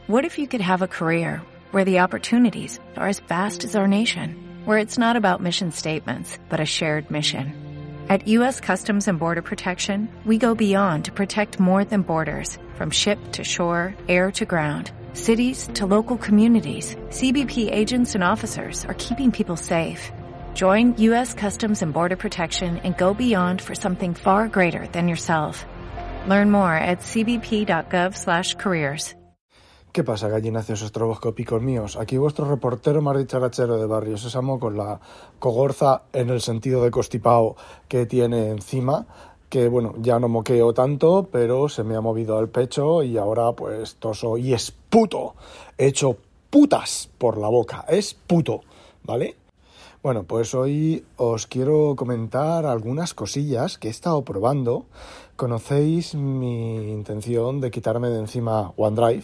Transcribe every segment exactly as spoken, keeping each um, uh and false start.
What if you could have a career where the opportunities are as vast as our nation, where it's not about mission statements, but a shared mission? At U S Customs and Border Protection, we go beyond to protect more than borders, from ship to shore, air to ground, cities to local communities. C B P agents and officers are keeping people safe. Join U S Customs and Border Protection and go beyond for something far greater than yourself. Learn more at c b p dot gov slash careers. ¿Qué pasa, gallináceos estroboscópicos míos? Aquí vuestro reportero más dicharachero de Barrio Sésamo con la cogorza en el sentido de constipado que tiene encima, que bueno, ya no moqueo tanto, pero se me ha movido el pecho y ahora pues toso y es puto, he hecho putas por la boca, es puto, ¿vale? Bueno, pues hoy os quiero comentar algunas cosillas que he estado probando. Conocéis mi intención de quitarme de encima OneDrive.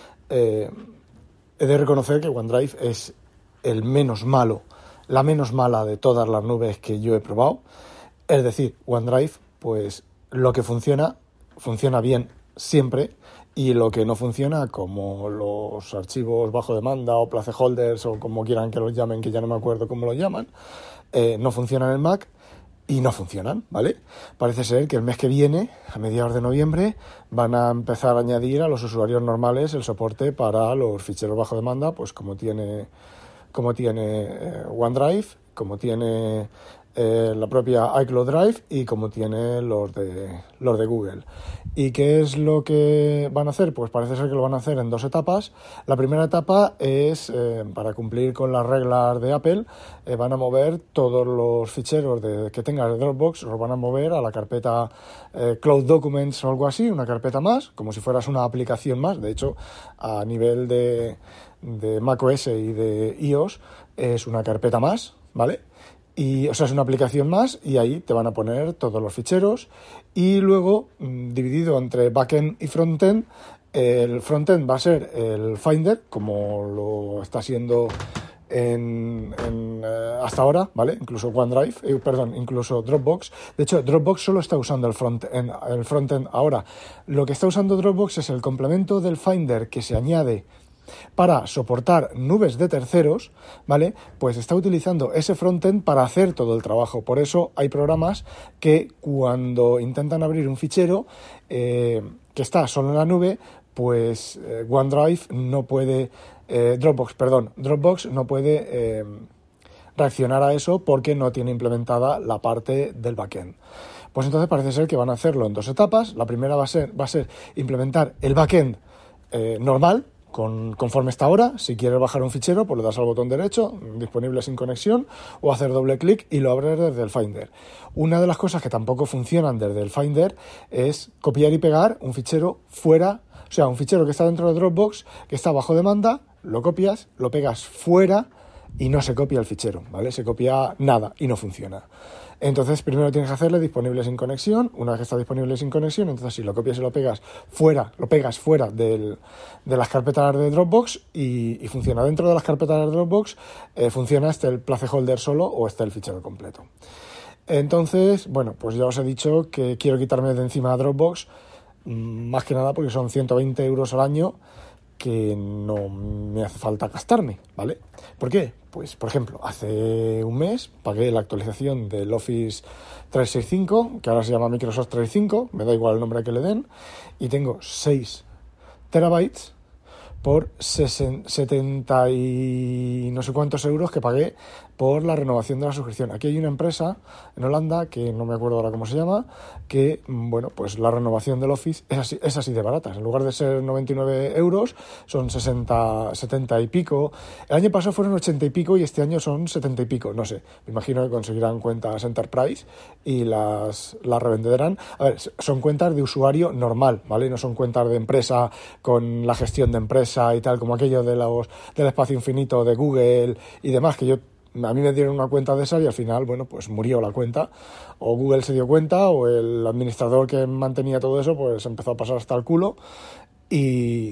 Eh, he de reconocer que OneDrive es el menos malo, la menos mala de todas las nubes que yo he probado. Es decir, OneDrive, pues lo que funciona, funciona bien siempre, y lo que no funciona, como los archivos bajo demanda o placeholders o como quieran que los llamen, que ya no me acuerdo cómo los llaman, eh, no funcionan en el Mac. Y no funcionan, ¿vale? Parece ser que el mes que viene, a mediados de noviembre, van a empezar a añadir a los usuarios normales el soporte para los ficheros bajo demanda, pues como tiene, como tiene eh, OneDrive, como tiene eh, la propia iCloud Drive y como tiene los de, los de Google. ¿Y qué es lo que van a hacer? Pues parece ser que lo van a hacer en dos etapas. La primera etapa es, eh, para cumplir con las reglas de Apple, eh, van a mover todos los ficheros de, que tenga Dropbox, los van a mover a la carpeta eh, Cloud Documents o algo así, una carpeta más, como si fueras una aplicación más. De hecho, a nivel de, de macOS y de iOS es una carpeta más, ¿vale? Y, o sea, es una aplicación más y ahí te van a poner todos los ficheros y luego, mmm, dividido entre backend y frontend, el frontend va a ser el Finder, como lo está siendo en, en, eh, hasta ahora, ¿vale? Incluso OneDrive, eh, perdón, incluso Dropbox. De hecho, Dropbox solo está usando el frontend, el frontend ahora. Lo que está usando Dropbox es el complemento del Finder que se añade para soportar nubes de terceros, ¿vale? Pues está utilizando ese frontend para hacer todo el trabajo. Por eso hay programas que cuando intentan abrir un fichero eh, que está solo en la nube, pues eh, OneDrive no puede, eh, Dropbox, perdón, Dropbox no puede eh, reaccionar a eso porque no tiene implementada la parte del backend. Pues entonces parece ser que van a hacerlo en dos etapas. La primera va a ser, va a ser implementar el backend eh, normal, Con, conforme está ahora. Si quieres bajar un fichero, pues le das al botón derecho, disponible sin conexión, o hacer doble clic y lo abres desde el Finder. Una de las cosas que tampoco funcionan desde el Finder es copiar y pegar un fichero fuera, o sea, un fichero que está dentro de Dropbox, que está bajo demanda, lo copias, lo pegas fuera y no se copia el fichero, ¿vale? Se copia nada y no funciona. Entonces primero tienes que hacerle disponible sin conexión. Una vez que está disponible sin conexión, entonces si lo copias y lo pegas fuera, lo pegas fuera del, de las carpetas de Dropbox y, y funciona. Dentro de las carpetas de Dropbox eh, funciona este el placeholder solo o este el fichero completo. Entonces, bueno, pues ya os he dicho que quiero quitarme de encima de Dropbox, más que nada porque son ciento veinte euros al año que no me hace falta gastarme, ¿vale? ¿Por qué? Pues, por ejemplo, hace un mes pagué la actualización del Office trescientos sesenta y cinco, que ahora se llama Microsoft trescientos sesenta y cinco, me da igual el nombre que le den, y tengo seis terabytes por setenta y no sé cuántos euros que pagué por la renovación de la suscripción. Aquí hay una empresa en Holanda, que no me acuerdo ahora cómo se llama, que, bueno, pues la renovación del Office es así, es así de barata. En lugar de ser noventa y nueve euros, son sesenta, setenta y pico. El año pasado fueron ochenta y pico y este año son setenta y pico. No sé, me imagino que conseguirán cuentas Enterprise y las, las revenderán. A ver, son cuentas de usuario normal, ¿vale? No son cuentas de empresa con la gestión de empresa y tal, como aquello de los, del espacio infinito de Google y demás, que yo a mí me dieron una cuenta de esa y al final, bueno, pues murió la cuenta. O Google se dio cuenta o el administrador que mantenía todo eso pues empezó a pasar hasta el culo y,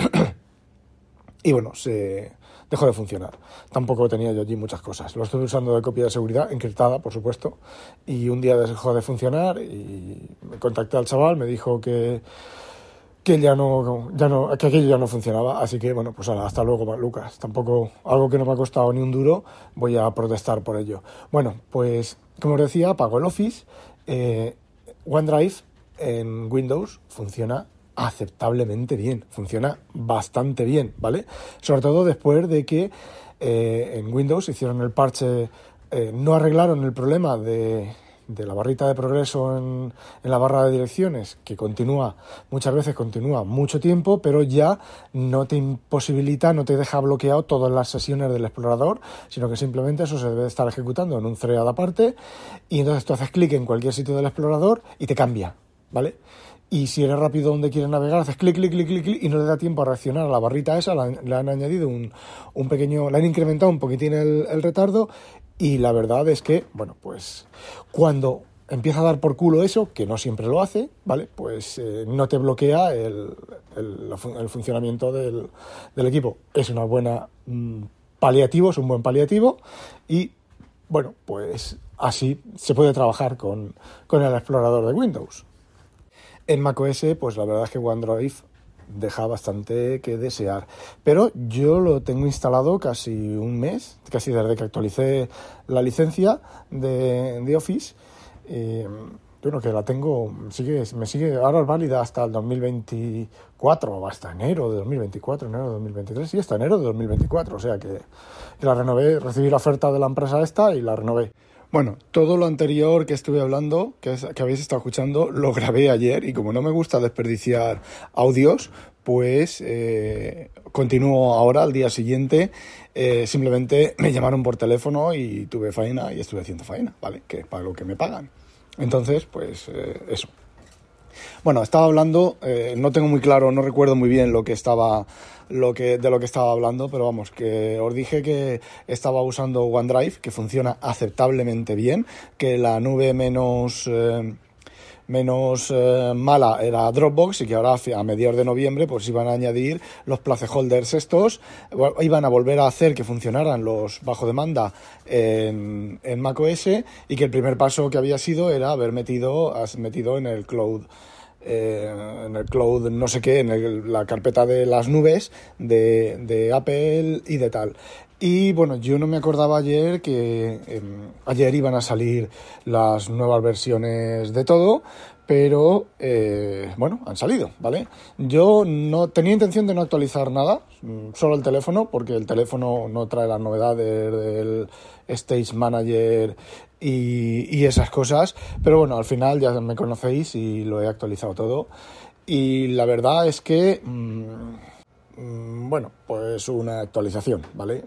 y bueno, se dejó de funcionar. Tampoco tenía yo allí muchas cosas. Lo estoy usando de copia de seguridad, encriptada, por supuesto, y un día dejó de funcionar y me contacté al chaval, me dijo que que ya no, ya no, que aquello ya no funcionaba, así que bueno, pues ahora, hasta luego, Lucas. Tampoco, algo que no me ha costado ni un duro, voy a protestar por ello. Bueno, pues como os decía, apago el Office. eh, OneDrive en Windows funciona aceptablemente bien, funciona bastante bien, ¿vale? Sobre todo después de que eh, en Windows hicieron el parche, eh, no arreglaron el problema de de la barrita de progreso en, en la barra de direcciones, que continúa, muchas veces continúa mucho tiempo, pero ya no te imposibilita, no te deja bloqueado todas las sesiones del explorador, sino que simplemente eso se debe estar ejecutando en un thread aparte, y entonces tú haces clic en cualquier sitio del explorador y te cambia, ¿vale? Y si eres rápido donde quieres navegar, haces clic, clic, clic, clic, clic y no le da tiempo a reaccionar a la barrita esa, la, le han añadido un, un pequeño, le han incrementado un poquitín el, el retardo. Y la verdad es que, bueno, pues cuando empieza a dar por culo eso, que no siempre lo hace, ¿vale? Pues eh, no te bloquea el, el, el funcionamiento del, del equipo. Es una buena mmm, paliativo, es un buen paliativo y, bueno, pues así se puede trabajar con, con el explorador de Windows. En macOS, pues la verdad es que OneDrive deja bastante que desear, pero yo lo tengo instalado casi un mes, casi desde que actualicé la licencia de, de Office. Eh, bueno, que la tengo, sigue, me sigue, ahora es válida hasta el dos mil veinticuatro, o hasta enero de dos mil veinticuatro, enero de dos mil veintitrés, sí, hasta enero de dos mil veinticuatro, o sea que, que la renové, recibí la oferta de la empresa esta y la renové. Bueno, todo lo anterior que estuve hablando, que, es, que habéis estado escuchando, lo grabé ayer y como no me gusta desperdiciar audios, pues eh, continúo ahora, al día siguiente. Eh, simplemente me llamaron por teléfono y tuve faena y estuve haciendo faena, ¿vale? Que es para lo que me pagan. Entonces, pues eh, eso. Bueno, estaba hablando, eh, no tengo muy claro, no recuerdo muy bien lo que estaba, lo que, de lo que estaba hablando, pero vamos, que os dije que estaba usando OneDrive, que funciona aceptablemente bien, que la nube menos, eh, menos eh, mala era Dropbox y que ahora a mediados de noviembre pues iban a añadir los placeholders estos, iban a volver a hacer que funcionaran los bajo demanda en, en macOS y que el primer paso que había sido era haber metido, has metido en el cloud Eh, en el cloud no sé qué, en el, la carpeta de las nubes de, de Apple y de tal. Y bueno, yo no me acordaba ayer que eh, ayer iban a salir las nuevas versiones de todo, pero eh, bueno, han salido, ¿vale? Yo no tenía intención de no actualizar nada, solo el teléfono, porque el teléfono no trae las novedades del Stage Manager y, y esas cosas, pero bueno, al final ya me conocéis y lo he actualizado todo. Y la verdad es que, mmm, bueno, pues una actualización, ¿vale?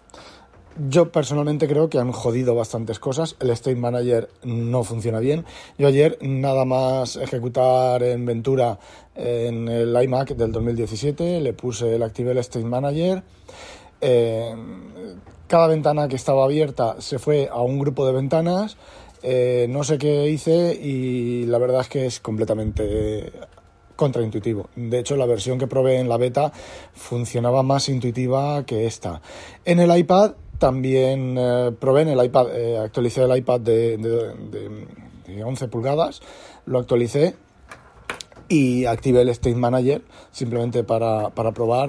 Yo personalmente creo que han jodido bastantes cosas. El State Manager no funciona bien. Yo ayer, nada más ejecutar en Ventura en el iMac del dos mil diecisiete, le puse, le activé el State Manager. Eh, cada ventana que estaba abierta se fue a un grupo de ventanas. Eh, no sé qué hice y la verdad es que es completamente contraintuitivo. De hecho, la versión que probé en la beta funcionaba más intuitiva que esta. En el iPad también eh, probé en el iPad, eh, actualicé el iPad de, de, de, de once pulgadas, lo actualicé y activé el State Manager simplemente para, para probar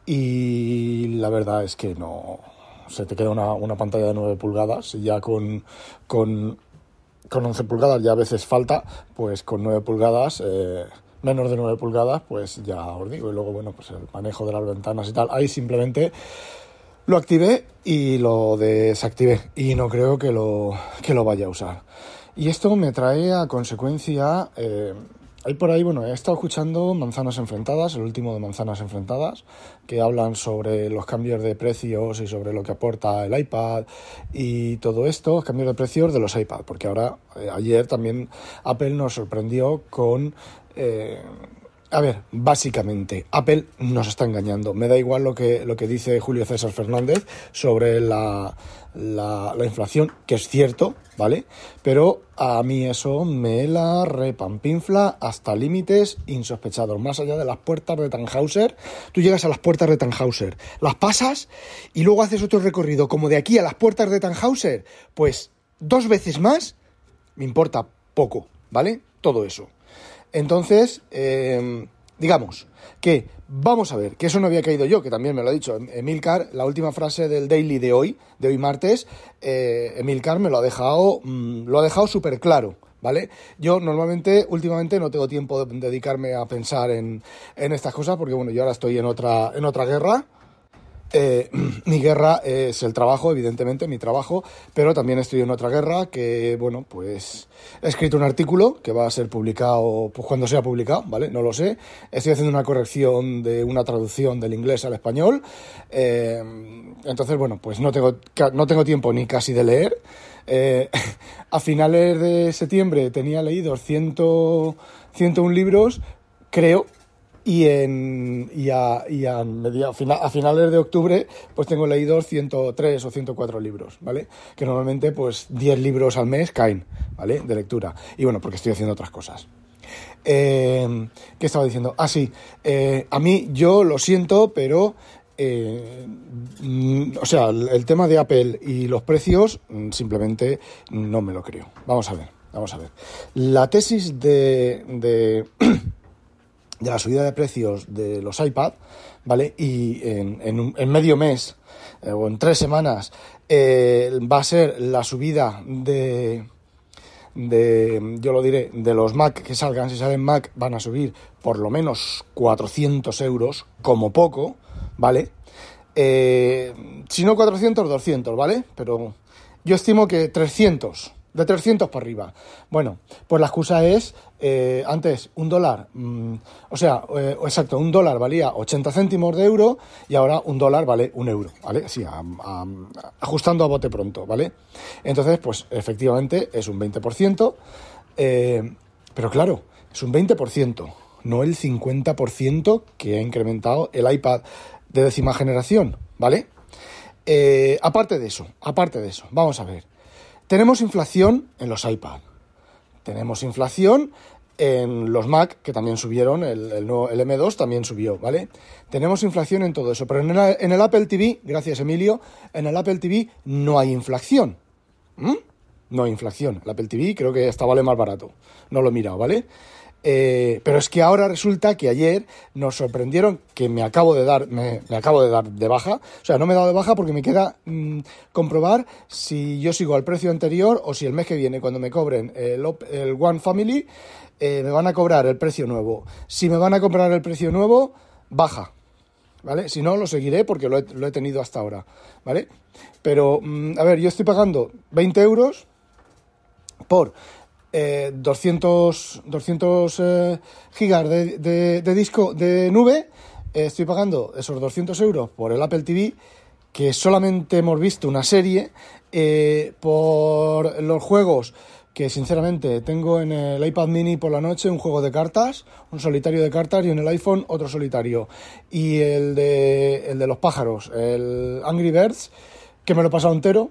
y la verdad es que no, se te queda una, una pantalla de nueve pulgadas y ya con, con, con once pulgadas ya a veces falta, pues con nueve pulgadas... Eh, menos de nueve pulgadas, pues ya os digo, y luego bueno, pues el manejo de las ventanas y tal, ahí simplemente lo activé y lo desactivé y no creo que lo, que lo vaya a usar. Y esto me trae a consecuencia, eh, hay por ahí, bueno, he estado escuchando Manzanas Enfrentadas, el último de Manzanas Enfrentadas, que hablan sobre los cambios de precios y sobre lo que aporta el iPad y todo esto, cambios de precios de los iPad, porque ahora, eh, ayer también Apple nos sorprendió con... Eh, a ver, básicamente, Apple nos está engañando. Me da igual lo que, lo que dice Julio César Fernández sobre la, la, la inflación, que es cierto, ¿vale? Pero a mí eso me la repampinfla hasta límites insospechados. Más allá de las puertas de Tannhäuser, tú llegas a las puertas de Tannhäuser, las pasas y luego haces otro recorrido como de aquí a las puertas de Tannhäuser, pues dos veces más, me importa poco, ¿vale? Todo eso. Entonces, eh, digamos que vamos a ver, que eso no había caído yo, que también me lo ha dicho Emilcar, la última frase del daily de hoy, de hoy martes, eh, Emilcar me lo ha dejado, mmm, lo ha dejado súper claro, ¿vale? Yo normalmente, últimamente no tengo tiempo de dedicarme a pensar en, en estas cosas, porque bueno, yo ahora estoy en otra, en otra guerra. Eh, mi guerra es el trabajo, evidentemente, mi trabajo, pero también estoy en otra guerra que, bueno, pues he escrito un artículo que va a ser publicado, pues cuando sea publicado, ¿vale? No lo sé. Estoy haciendo una corrección de una traducción del inglés al español. Eh, entonces, bueno, pues no tengo, no tengo tiempo ni casi de leer. Eh, a finales de septiembre tenía leído ciento, ciento uno libros, creo. Y, en, y, a, y a, media, a, final, a finales de octubre pues tengo leídos ciento tres o ciento cuatro libros, ¿vale? Que normalmente pues diez libros al mes caen, ¿vale? De lectura. Y bueno, porque estoy haciendo otras cosas. Eh, ¿Qué estaba diciendo? Ah, sí. Eh, a mí, yo lo siento, pero... Eh, o sea, el tema de Apple y los precios simplemente no me lo creo. Vamos a ver, vamos a ver. La tesis de... de de la subida de precios de los iPad, ¿vale? Y en, en, un, en medio mes eh, o en tres semanas eh, va a ser la subida de, de, yo lo diré, de los Mac que salgan. Si salen Mac van a subir por lo menos cuatrocientos euros, como poco, ¿vale? Eh, si no cuatrocientos, doscientos, ¿vale? Pero yo estimo que trescientos. De trescientos para arriba. Bueno, pues la excusa es, eh, antes un dólar, mmm, o sea, eh, exacto, un dólar valía ochenta céntimos de euro y ahora un dólar vale un euro, ¿vale? Sí, a, a, ajustando a bote pronto, ¿vale? Entonces, pues efectivamente es un veinte por ciento, eh, pero claro, es un veinte por ciento, no el cincuenta por ciento que ha incrementado el iPad de décima generación, ¿vale? Eh, aparte de eso, aparte de eso, vamos a ver. Tenemos inflación en los iPad, tenemos inflación en los Mac, que también subieron, el, el, nuevo, el eme dos también subió, ¿vale? Tenemos inflación en todo eso, pero en el, en el Apple T V, gracias Emilio, en el Apple T V no hay inflación. ¿Mm? No hay inflación. El Apple T V creo que hasta vale más barato, no lo he mirado, ¿vale? Eh, pero es que ahora resulta que ayer nos sorprendieron, que me acabo de dar me, me acabo de dar de baja, o sea, no me he dado de baja porque me queda mmm, comprobar si yo sigo al precio anterior o si el mes que viene, cuando me cobren el, el One Family, eh, me van a cobrar el precio nuevo. Si me van a cobrar el precio nuevo, baja, ¿vale? Si no, lo seguiré porque lo he, lo he tenido hasta ahora, ¿vale? Pero, mmm, a ver, yo estoy pagando veinte euros por... Eh, doscientos, doscientos eh, gigas de, de, de disco de nube. Eh, estoy pagando esos doscientos euros por el Apple T V, que solamente hemos visto una serie, eh, por los juegos que sinceramente tengo en el iPad mini por la noche, un juego de cartas, un solitario de cartas, y en el iPhone otro solitario, y el de, el de los pájaros, el Angry Birds, que me lo he pasado entero.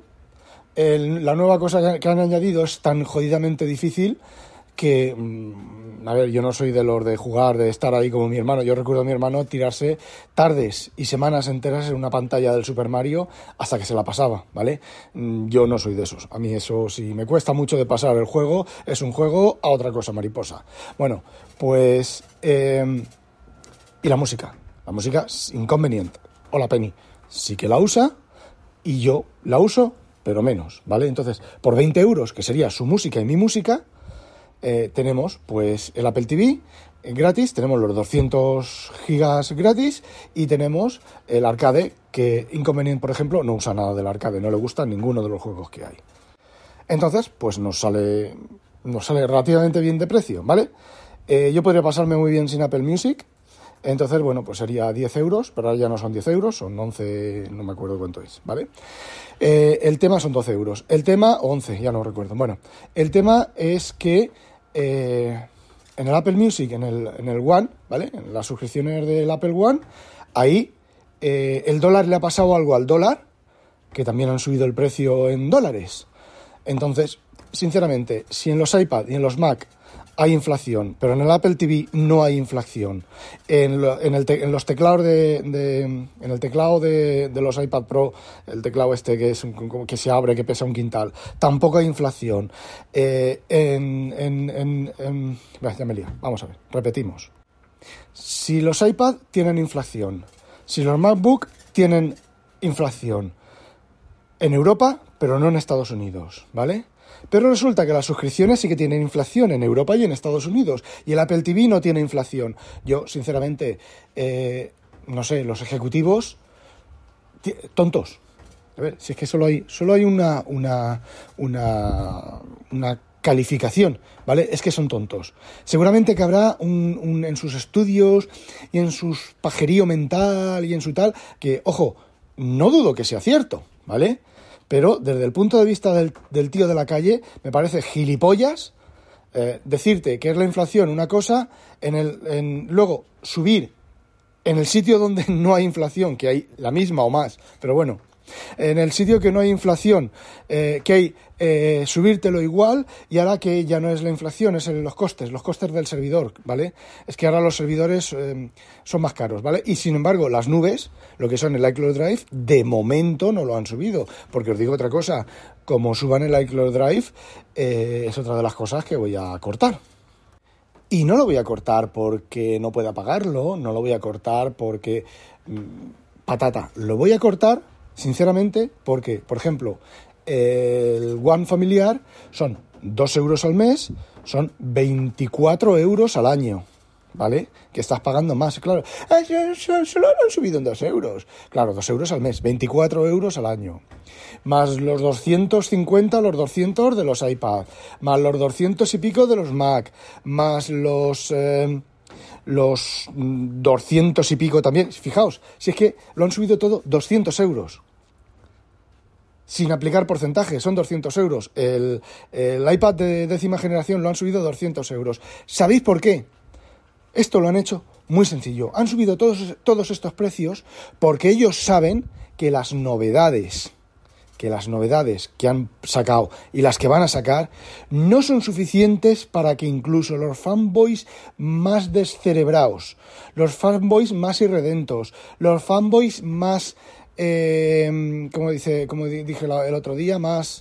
El, la nueva cosa que han añadido es tan jodidamente difícil que, mmm, a ver, yo no soy de los de jugar, de estar ahí como mi hermano. Yo recuerdo a mi hermano tirarse tardes y semanas enteras en una pantalla del Super Mario hasta que se la pasaba, ¿vale? Yo no soy de esos. A mí eso, si me cuesta mucho de pasar el juego, es un juego a otra cosa, mariposa. Bueno, pues... Eh, y la música. La música es inconveniente. Hola, Penny. Sí que la usa y yo la uso, pero menos, ¿vale? Entonces, por veinte euros, que sería su música y mi música, eh, tenemos pues el Apple T V gratis, tenemos los doscientos gigas gratis y tenemos el arcade, que Inconvenient, por ejemplo, no usa nada del arcade, no le gusta ninguno de los juegos que hay. Entonces, pues nos sale, nos sale relativamente bien de precio, ¿vale? Eh, yo podría pasarme muy bien sin Apple Music. Entonces, bueno, pues sería diez euros, pero ahora ya no son diez euros, son once, no me acuerdo cuánto es, ¿vale? Eh, el tema son doce euros. El tema, o once, ya no recuerdo. Bueno, el tema es que eh, en el Apple Music, en el, en el One, ¿vale? En las suscripciones del Apple One, ahí eh, el dólar le ha pasado algo al dólar, que también han subido el precio en dólares. Entonces, sinceramente, si en los iPad y en los Mac hay inflación, pero en el Apple T V no hay inflación. En, lo, en, el te, en los teclados de, de en el teclado de, de los iPad Pro, el teclado este que es un, que se abre, que pesa un quintal, tampoco hay inflación. Eh, en, en, en, en, ya me lío. Vamos a ver, repetimos. si los iPad tienen inflación, si los MacBook tienen inflación en Europa, pero no en Estados Unidos, ¿vale? Pero resulta que las suscripciones sí que tienen inflación en Europa y en Estados Unidos, y el Apple T V no tiene inflación. Yo, sinceramente, eh, no sé, los ejecutivos, t- tontos. A ver, si es que solo hay, solo hay una, una, una, una calificación, ¿vale? Es que son tontos. Seguramente que habrá un, un, en sus estudios y en su pajerío mental y en su tal, que, ojo, no dudo que sea cierto, ¿vale? Pero desde el punto de vista del, del tío de la calle, me parece gilipollas eh, decirte que es la inflación una cosa, en el, en, luego subir en el sitio donde no hay inflación, que hay la misma o más, pero bueno, en el sitio que no hay inflación, eh, que hay eh, subírtelo igual, y ahora que ya no es la inflación, es el, los costes, los costes del servidor, ¿vale? Es que ahora los servidores eh, son más caros, ¿vale? Y sin embargo, las nubes, lo que son el iCloud Drive, de momento no lo han subido, porque os digo otra cosa, como suban el iCloud Drive, eh, es otra de las cosas que voy a cortar. Y no lo voy a cortar porque no pueda pagarlo, no lo voy a cortar porque... Mmm, patata, lo voy a cortar sinceramente, porque, por ejemplo, el One familiar son dos euros al mes, son veinticuatro euros al año, ¿vale? Que estás pagando más, claro. Eh, solo lo han subido en dos euros. Claro, dos euros al mes, veinticuatro euros al año. Más los doscientos cincuenta, los doscientos de los iPad, más los doscientos y pico de los Mac, más los... Eh, los doscientos y pico también. Fijaos, si es que lo han subido todo doscientos euros. Sin aplicar porcentaje, son doscientos euros. El, el iPad de décima generación lo han subido doscientos euros. ¿Sabéis por qué? Esto lo han hecho muy sencillo. Han subido todos, todos estos precios porque ellos saben que las novedades, que las novedades que han sacado y las que van a sacar no son suficientes para que incluso los fanboys más descerebrados, los fanboys más irredentos, los fanboys más... Eh, como dice, como dije el otro día, más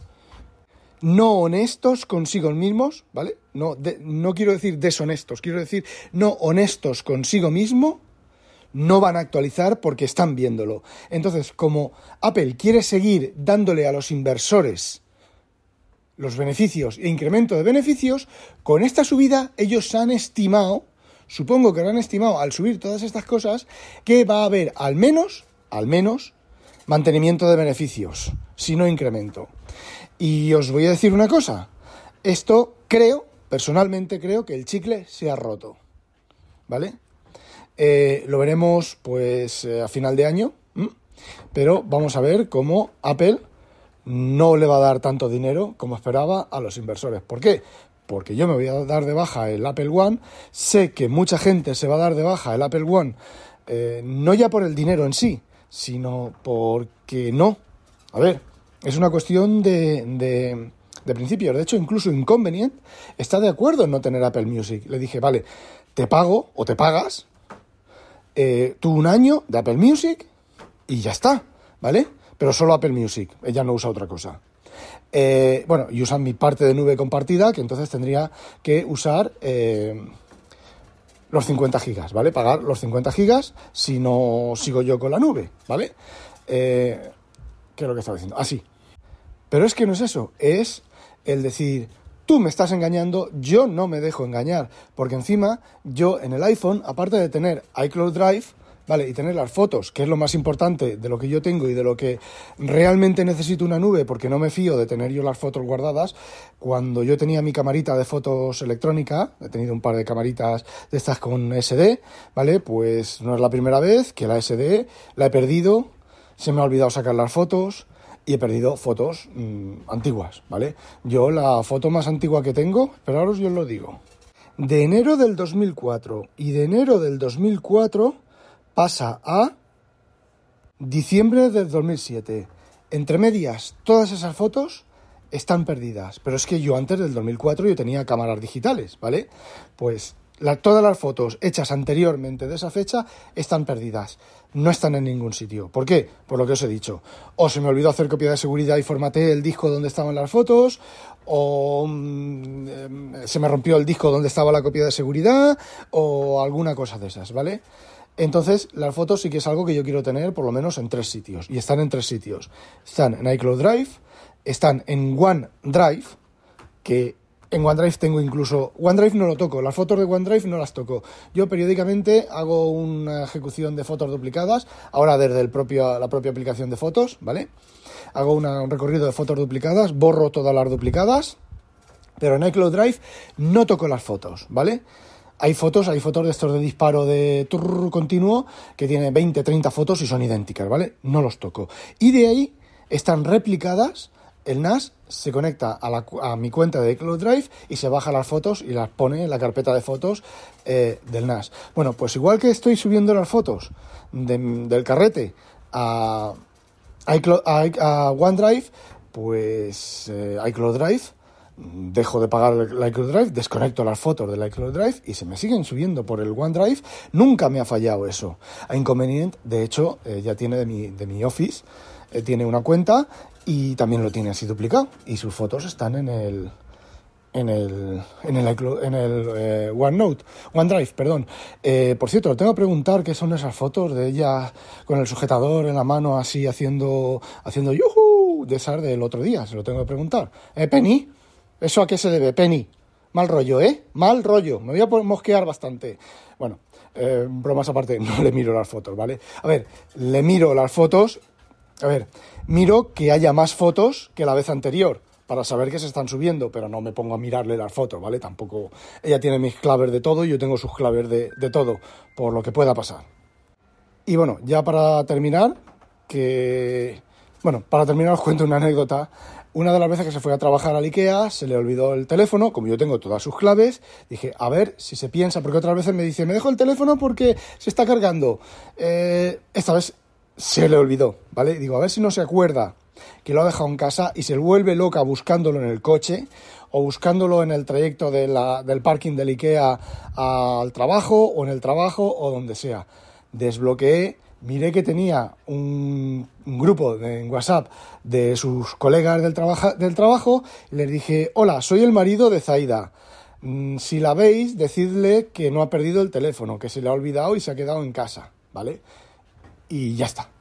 no honestos consigo mismos, ¿vale? No, de, no quiero decir deshonestos, quiero decir no honestos consigo mismo, no van a actualizar porque están viéndolo. Entonces, como Apple quiere seguir dándole a los inversores los beneficios e incremento de beneficios, con esta subida ellos han estimado, supongo que lo han estimado al subir todas estas cosas, que va a haber al menos, al menos, mantenimiento de beneficios, si no incremento. Y os voy a decir una cosa, esto creo, personalmente creo que el chicle se ha roto, ¿vale? Eh, lo veremos pues eh, a final de año, ¿m? Pero vamos a ver cómo Apple no le va a dar tanto dinero como esperaba a los inversores. ¿Por qué? Porque yo me voy a dar de baja el Apple One, sé que mucha gente se va a dar de baja el Apple One, eh, no ya por el dinero en sí, sino porque no. A ver, es una cuestión de, de, de principios. De hecho, incluso Inconvenient está de acuerdo en no tener Apple Music. Le dije, vale, te pago o te pagas eh, tú un año de Apple Music y ya está, ¿vale? Pero solo Apple Music, ella no usa otra cosa. Eh, bueno, y usan mi parte de nube compartida, que entonces tendría que usar... Eh, los cincuenta gigas, ¿vale? Pagar los cincuenta gigas si no sigo yo con la nube, ¿vale? Eh, ¿Qué es lo que estaba diciendo? Ah, sí. Pero es que no es eso, es el decir, tú me estás engañando, yo no me dejo engañar, porque encima yo en el iPhone, aparte de tener iCloud Drive, ¿vale? Y tener las fotos, que es lo más importante de lo que yo tengo y de lo que realmente necesito una nube, porque no me fío de tener yo las fotos guardadas. Cuando yo tenía mi camarita de fotos electrónica, he tenido un par de camaritas de estas con ese de, ¿vale? Pues no es la primera vez que la ese de la he perdido, se me ha olvidado sacar las fotos y he perdido fotos mmm, antiguas, ¿vale? Yo la foto más antigua que tengo, pero ahora yo os lo digo, de enero del dos mil cuatro y de enero del dos mil cuatro... pasa a diciembre del dos mil siete. Entre medias, todas esas fotos están perdidas. Pero es que yo antes del dos mil cuatro yo tenía cámaras digitales, ¿vale? Pues La, todas las fotos hechas anteriormente de esa fecha están perdidas, no están en ningún sitio. ¿Por qué? Por lo que os he dicho. O se me olvidó hacer copia de seguridad y formateé el disco donde estaban las fotos, o mmm, eh, se me rompió el disco donde estaba la copia de seguridad, o alguna cosa de esas, ¿vale? Entonces, las fotos sí que es algo que yo quiero tener por lo menos en tres sitios, y están en tres sitios. Están en iCloud Drive, están en OneDrive, que... En OneDrive tengo incluso... OneDrive no lo toco, las fotos de OneDrive no las toco. Yo periódicamente hago una ejecución de fotos duplicadas, ahora desde el propio, la propia aplicación de fotos, ¿vale? Hago una, un recorrido de fotos duplicadas, borro todas las duplicadas, pero en iCloud Drive no toco las fotos, ¿vale? Hay fotos, hay fotos de estos de disparo de turr continuo que tiene veinte, treinta fotos y son idénticas, ¿vale? No los toco. Y de ahí están replicadas. El N A S se conecta a, la, a mi cuenta de iCloud Drive y se baja las fotos y las pone en la carpeta de fotos eh, del N A S. Bueno, pues igual que estoy subiendo las fotos de, del carrete a, iCloud, a, a OneDrive, pues eh, iCloud Drive, dejo de pagar el iCloud Drive, desconecto las fotos del iCloud Drive y se me siguen subiendo por el OneDrive. Nunca me ha fallado eso. A Inconvenient, de hecho, eh, ya tiene de mi, de mi Office, eh, tiene una cuenta y también lo tiene así duplicado y sus fotos están en el en el en el, iCloud, en el eh, OneNote, OneDrive, perdón. Eh, por cierto, tengo que preguntar qué son esas fotos de ella con el sujetador en la mano así haciendo haciendo yuhu de esas del otro día. Se lo tengo que preguntar. Eh, Penny, ¿eso a qué se debe, Penny? Mal rollo, ¿eh? Mal rollo. Me voy a mosquear bastante. Bueno, eh, bromas aparte, no le miro las fotos, ¿vale? A ver, le miro las fotos. A ver, miro que haya más fotos que la vez anterior para saber que se están subiendo, pero no me pongo a mirarle las fotos, ¿vale? Tampoco... Ella tiene mis claves de todo y yo tengo sus claves de, de todo, por lo que pueda pasar. Y bueno, ya para terminar, que... Bueno, para terminar os cuento una anécdota. Una de las veces que se fue a trabajar al IKEA, se le olvidó el teléfono, como yo tengo todas sus claves, dije, a ver si se piensa, porque otras veces me dice, me dejo el teléfono porque se está cargando. Eh, esta vez... Se le olvidó, ¿vale? Digo, a ver si no se acuerda que lo ha dejado en casa y se vuelve loca buscándolo en el coche o buscándolo en el trayecto de la, del parking del IKEA al trabajo o en el trabajo o donde sea. Desbloqueé, miré que tenía un, un grupo de, en WhatsApp de sus colegas del, trabaja, del trabajo y les dije, hola, soy el marido de Zaida. Si la veis, decidle que no ha perdido el teléfono, que se le ha olvidado y se ha quedado en casa, ¿vale? Y ya está.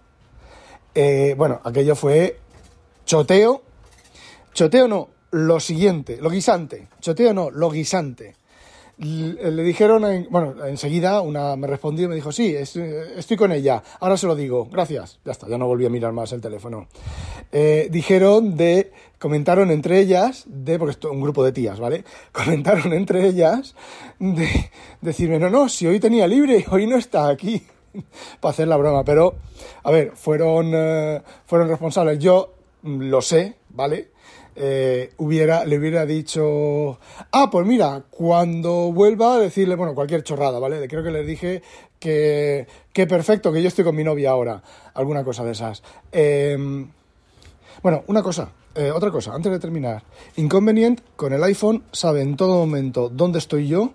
Eh, bueno, aquello fue choteo. Choteo no, lo siguiente, lo guisante. Choteo no, lo guisante. Le, le dijeron, en, bueno, enseguida una me respondió y me dijo, sí, es, estoy con ella, ahora se lo digo, gracias. Ya está, ya no volví a mirar más el teléfono. Eh, dijeron de, comentaron entre ellas, de, porque esto es un grupo de tías, ¿vale? Comentaron entre ellas de decirme, no, no, si hoy tenía libre, hoy no está aquí. Para hacer la broma, pero a ver, fueron eh, fueron responsables. Yo lo sé, ¿vale? Eh, hubiera, le hubiera dicho, ah, pues mira, cuando vuelva a decirle, bueno, cualquier chorrada, ¿vale? Creo que les dije que, que perfecto, que yo estoy con mi novia ahora, alguna cosa de esas. Eh, bueno, una cosa, eh, otra cosa, antes de terminar. Inconvenient, con el iPhone sabe en todo momento dónde estoy yo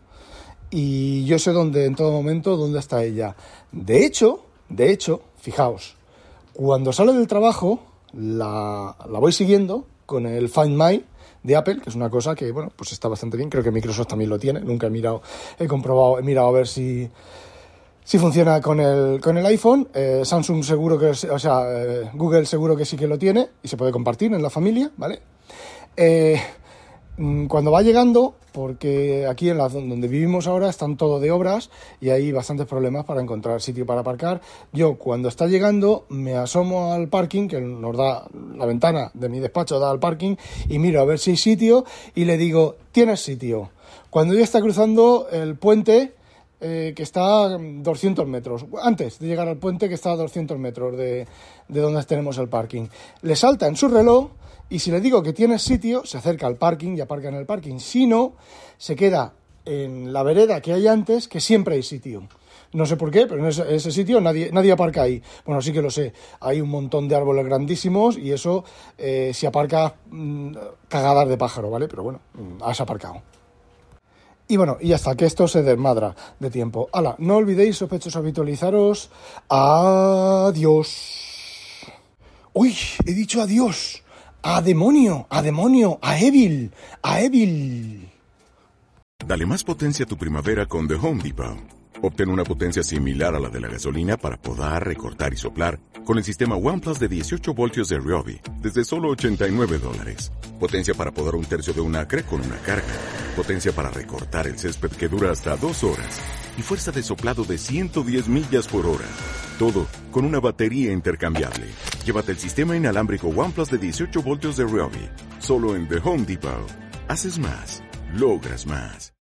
y yo sé dónde, en todo momento, dónde está ella. De hecho, de hecho, fijaos, cuando sale del trabajo, la, la voy siguiendo con el Find My de Apple, que es una cosa que, bueno, pues está bastante bien. Creo que Microsoft también lo tiene. Nunca he mirado, he comprobado, he mirado a ver si, si funciona con el, con el iPhone. Eh, Samsung seguro que, o sea, eh, Google seguro que sí que lo tiene y se puede compartir en la familia, ¿vale? Eh... Cuando va llegando, porque aquí en la donde vivimos ahora están todo de obras y hay bastantes problemas para encontrar sitio para aparcar, yo cuando está llegando me asomo al parking, que nos da la ventana de mi despacho, da al parking, y miro a ver si hay sitio y le digo, ¿tienes sitio? Cuando ya está cruzando el puente, eh, que está a doscientos metros, antes de llegar al puente que está a doscientos metros de, de donde tenemos el parking, le salta en su reloj. Y si le digo que tiene sitio, se acerca al parking y aparca en el parking. Si no, se queda en la vereda que hay antes, que siempre hay sitio. No sé por qué, pero en ese, en ese sitio nadie, nadie aparca ahí. Bueno, sí que lo sé. Hay un montón de árboles grandísimos y eso, eh, si aparca, mmm, cagadas de pájaro, ¿vale? Pero bueno, has aparcado. Y bueno, y hasta que esto se desmadra de tiempo. Hala, no olvidéis, sospechosos, habitualizaros. Adiós. Uy, he dicho adiós. A demonio, a demonio, a Evil, a Evil. Dale más potencia a tu primavera con The Home Depot. Obtén una potencia similar a la de la gasolina para podar, recortar y soplar con el sistema OnePlus de dieciocho voltios de Ryobi desde solo ochenta y nueve dólares. Potencia para podar un tercio de un acre con una carga. Potencia para recortar el césped que dura hasta dos horas. Y fuerza de soplado de ciento diez millas por hora. Todo con una batería intercambiable. Llévate el sistema inalámbrico OnePlus de dieciocho voltios de Ryobi. Solo en The Home Depot. Haces más. Logras más.